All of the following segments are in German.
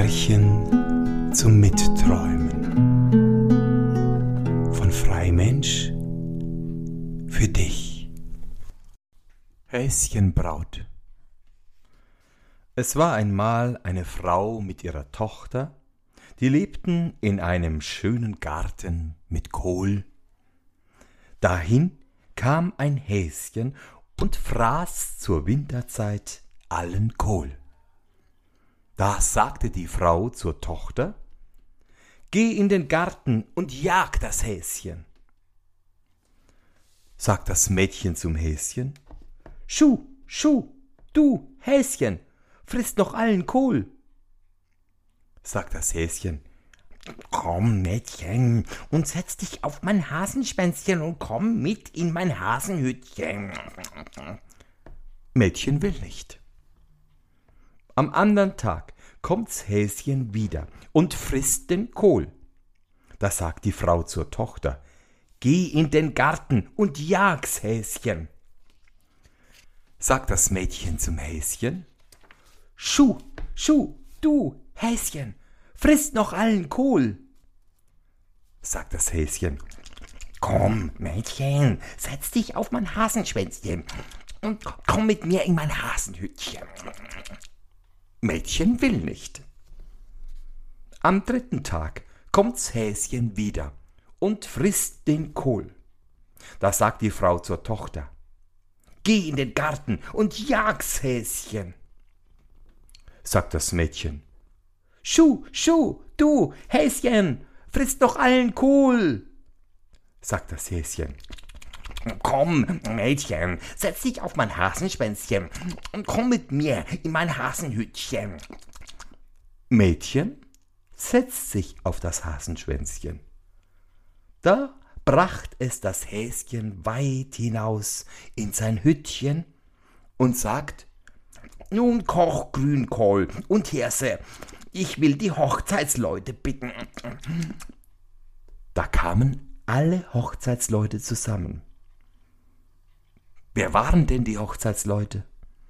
Märchen zum Mitträumen von Freimensch für dich. Häschenbraut. Es war einmal eine Frau mit ihrer Tochter, die lebten in einem schönen Garten mit Kohl. Dahin kam ein Häschen und fraß zur Winterzeit allen Kohl. Da sagte die Frau zur Tochter: »Geh in den Garten und jag das Häschen.« Sagt das Mädchen zum Häschen: »Schuh, Schuh, du Häschen, frisst noch allen Kohl.« Sagt das Häschen: »Komm, Mädchen, und setz dich auf mein Hasenschwänzchen und komm mit in mein Hasenhütchen.« Mädchen will nicht. Am andern Tag kommt's Häschen wieder und frisst den Kohl. Da sagt die Frau zur Tochter: »Geh in den Garten und jag's Häschen.« Sagt das Mädchen zum Häschen: »Schuh, Schuh, du Häschen, frisst noch allen Kohl.« Sagt das Häschen: »Komm, Mädchen, setz dich auf mein Hasenschwänzchen und komm mit mir in mein Hasenhütchen.« Mädchen will nicht. Am dritten Tag kommt's Häschen wieder und frisst den Kohl. Da sagt die Frau zur Tochter: »Geh in den Garten und jag's Häschen.« Sagt das Mädchen: »Schuh, Schuh, du Häschen, frisst doch allen Kohl.« Sagt das Häschen: »Komm, Mädchen, setz dich auf mein Hasenschwänzchen und komm mit mir in mein Hasenhütchen.« Mädchen setzt sich auf das Hasenschwänzchen. Da bracht es das Häschen weit hinaus in sein Hütchen und sagt: »Nun koch Grünkohl und Hirse, ich will die Hochzeitsleute bitten.« Da kamen alle Hochzeitsleute zusammen. Wer waren denn die Hochzeitsleute?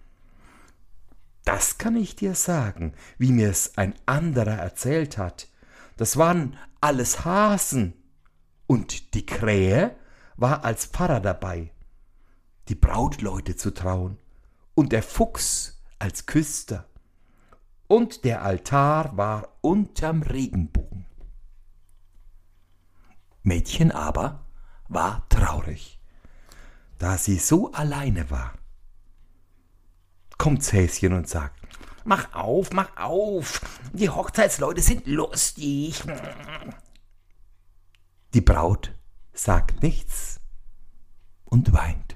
Das kann ich dir sagen, wie mir's ein anderer erzählt hat. Das waren alles Hasen, und die Krähe war als Pfarrer dabei, die Brautleute zu trauen, und der Fuchs als Küster, und der Altar war unterm Regenbogen. Mädchen aber war traurig, da sie so alleine war. Kommt's Häschen und sagt: mach auf, die Hochzeitsleute sind lustig.« Die Braut sagt nichts und weint.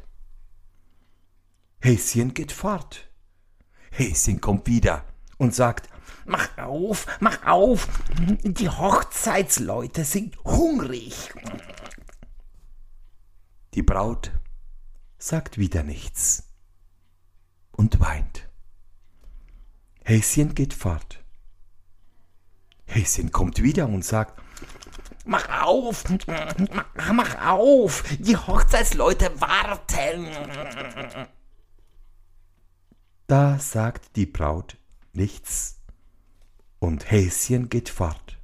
Häschen geht fort. Häschen kommt wieder und sagt: mach auf, die Hochzeitsleute sind hungrig.« Die Braut sagt wieder nichts und weint. Häschen geht fort. Häschen kommt wieder und sagt: mach auf, die Hochzeitsleute warten. Da sagt die Braut nichts und Häschen geht fort.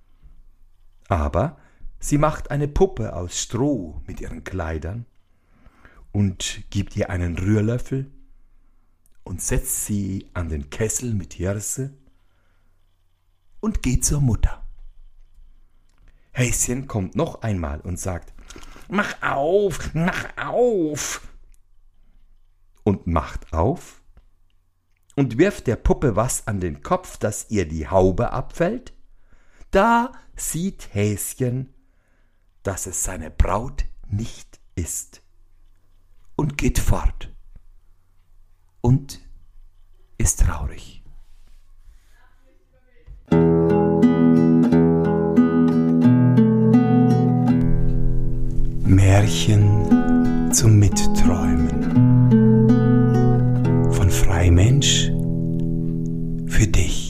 Aber sie macht eine Puppe aus Stroh mit ihren Kleidern und gibt ihr einen Rührlöffel und setzt sie an den Kessel mit Hirse und geht zur Mutter. Häschen kommt noch einmal und sagt: mach auf, und macht auf und wirft der Puppe was an den Kopf, dass ihr die Haube abfällt. Da sieht Häschen, dass es seine Braut nicht ist, und geht fort und ist traurig. Märchen zum Mitträumen von Freimensch für dich.